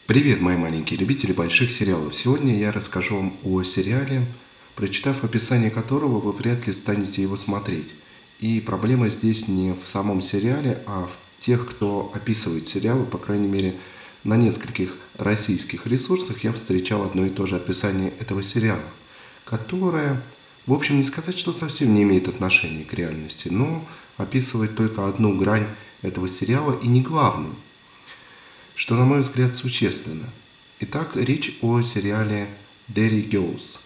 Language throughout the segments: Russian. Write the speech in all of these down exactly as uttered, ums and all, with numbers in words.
Привет, мои маленькие любители больших сериалов. Сегодня я расскажу вам о сериале, прочитав описание которого, вы вряд ли станете его смотреть. И проблема здесь не в самом сериале, а в тех, кто описывает сериалы. По крайней мере, на нескольких российских ресурсах я встречал одно и то же описание этого сериала, которое, в общем, не сказать, что совсем не имеет отношения к реальности, но описывает только одну грань этого сериала и не главную, что, на мой взгляд, существенно. Итак, речь о сериале Derry Girls.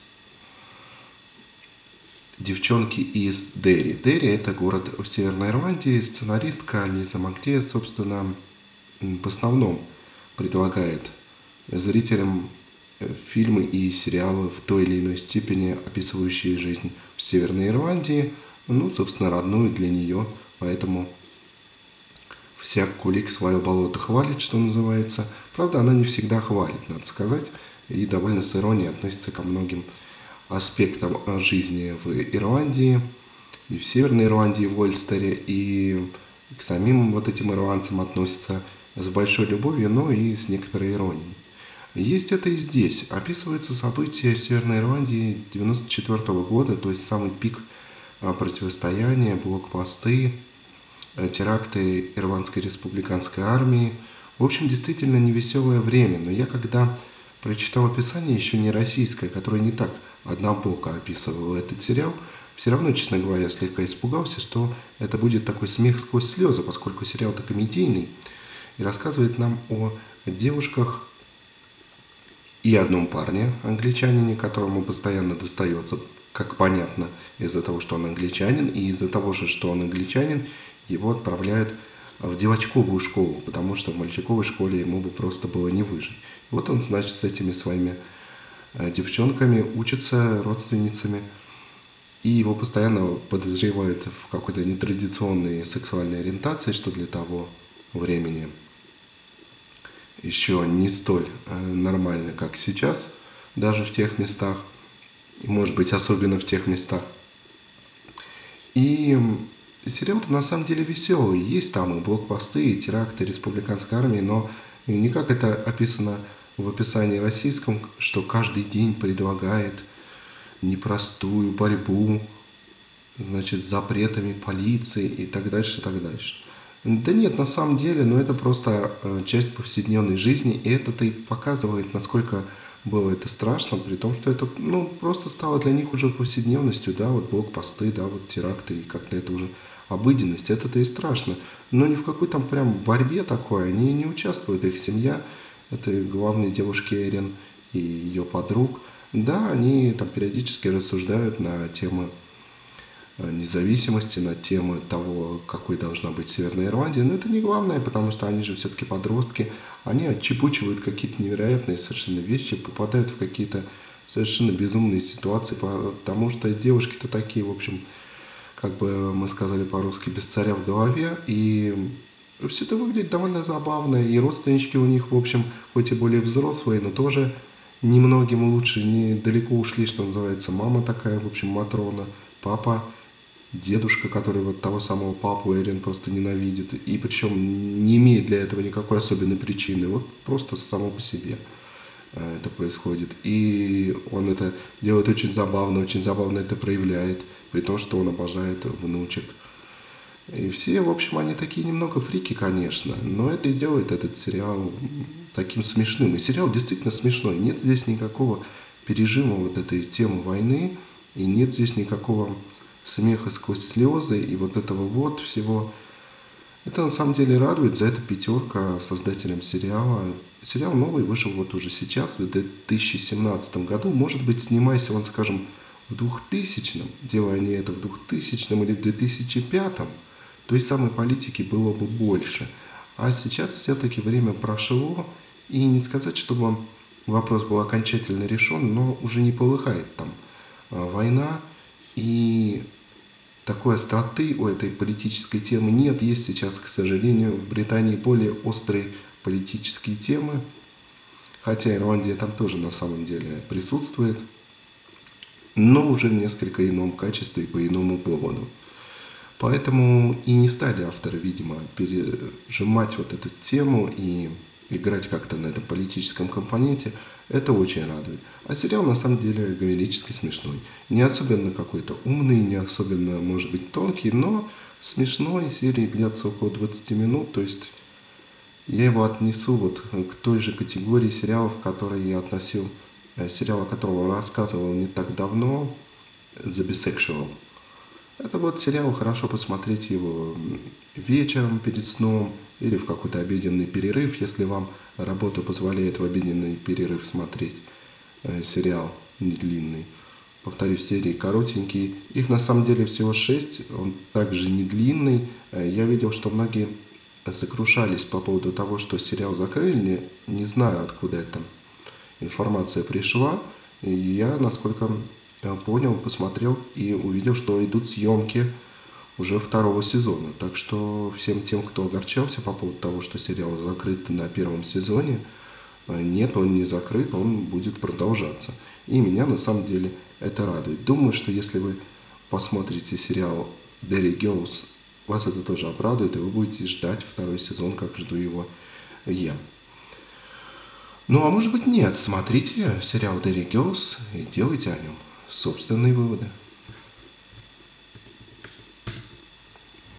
Девчонки из Дерри. Дерри – это город в Северной Ирландии. Сценаристка Лиза Макдея, собственно, в основном предлагает зрителям фильмы и сериалы в той или иной степени, описывающие жизнь в Северной Ирландии, ну, собственно, родную для нее, поэтому всяк кулик свое болото хвалит, что называется. Правда, она не всегда хвалит, надо сказать, и довольно с иронией относится ко многим аспектам жизни в Ирландии, и в Северной Ирландии, в Ольстере, и к самим вот этим ирландцам относится с большой любовью, но и с некоторой иронией. Есть это и здесь. Описываются события Северной Ирландии девяносто четвёртого года, то есть самый пик противостояния, блокпосты, теракты Ирландской республиканской армии. В общем, действительно невеселое время. Но я когда прочитал описание, еще не российское, которое не так однобоко описывало этот сериал, все равно, честно говоря, слегка испугался, что это будет такой смех сквозь слезы, поскольку сериал-то комедийный и рассказывает нам о девушках и одном парне, англичанине, которому постоянно достается, как понятно, из-за того, что он англичанин, и из-за того же, что он англичанин, его отправляют в девочковую школу, потому что в мальчиковой школе ему бы просто было не выжить. Вот он, значит, с этими своими девчонками учится, родственницами, и его постоянно подозревают в какой-то нетрадиционной сексуальной ориентации, что для того времени еще не столь нормально, как сейчас, даже в тех местах, и, может быть, особенно в тех местах. И сериал-то на самом деле веселый. Есть там и блокпосты, и теракты республиканской армии, но не как это описано в описании российском, что каждый день предлагает непростую борьбу, значит, с запретами полиции и так дальше, и так дальше. Да нет, на самом деле, ну это просто часть повседневной жизни, и это-то и показывает, насколько было это страшно, при том, что это, ну, просто стало для них уже повседневностью, да, вот блокпосты, да, вот теракты, и как-то это уже обыденность, это-то и страшно. Но ни в какой там прям борьбе такой, они не участвуют, их семья, это главные девушки Эрин и ее подруг, да, они там периодически рассуждают на темы независимости, на темы того, какой должна быть Северная Ирландия. Но это не главное, потому что они же все-таки подростки. Они отчепучивают какие-то невероятные совершенно вещи, попадают в какие-то совершенно безумные ситуации, потому что девушки-то такие, в общем, как бы мы сказали по-русски, без царя в голове. И все это выглядит довольно забавно. И родственнички у них, в общем, хоть и более взрослые, но тоже немногим лучше, не далеко ушли, что называется. Мама такая, в общем, Матрона, папа, дедушка, который вот того самого папу Эрин просто ненавидит, и причем не имеет для этого никакой особенной причины, вот просто само по себе это происходит. И он это делает очень забавно, очень забавно это проявляет, при том, что он обожает внучек. И все, в общем, они такие немного фрики, конечно, но это и делает этот сериал таким смешным. И сериал действительно смешной. Нет здесь никакого пережима вот этой темы войны, и нет здесь никакого смеха сквозь слезы и вот этого вот всего. Это на самом деле радует, за это пятерка создателям сериала. Сериал новый вышел вот уже сейчас, в две тысячи семнадцатом году. Может быть, снимаясь он, скажем, в двухтысячном, делая они это в двухтысячном или в две тысячи пятом, той самой политики было бы больше. А сейчас все-таки время прошло, и не сказать, чтобы вопрос был окончательно решен, но уже не полыхает там война, и такой остроты у этой политической темы нет. Есть сейчас, к сожалению, в Британии более острые политические темы, хотя Ирландия там тоже на самом деле присутствует, но уже в несколько ином качестве и по иному поводу. Поэтому и не стали авторы, видимо, пережимать вот эту тему и играть как-то на этом политическом компоненте, это очень радует. А сериал на самом деле комедически смешной. Не особенно какой-то умный, не особенно, может быть, тонкий, но смешной. Серии длятся около двадцати минут, то есть я его отнесу вот к той же категории сериалов, которые я относил, э, сериал, о котором я рассказывал не так давно, The Bisexual. Это вот сериал, хорошо посмотреть его вечером перед сном или в какой-то обеденный перерыв, если вам работа позволяет в обеденный перерыв смотреть э, сериал не длинный. Повторюсь, серии коротенькие. Их на самом деле всего шесть, он также не длинный. Э, Я видел, что многие сокрушались по поводу того, что сериал закрыли, не, не знаю, откуда эта информация пришла. И я, насколько э, понял, посмотрел и увидел, что идут съемки уже второго сезона. Так что всем тем, кто огорчался по поводу того, что сериал закрыт на первом сезоне, э, нет, он не закрыт, он будет продолжаться. И меня на самом деле это радует. Думаю, что если вы посмотрите сериал Derry Girls, вас это тоже обрадует, и вы будете ждать второй сезон, как жду его я. Ну, а может быть нет, смотрите сериал Derry Girls и делайте о нем собственные выводы.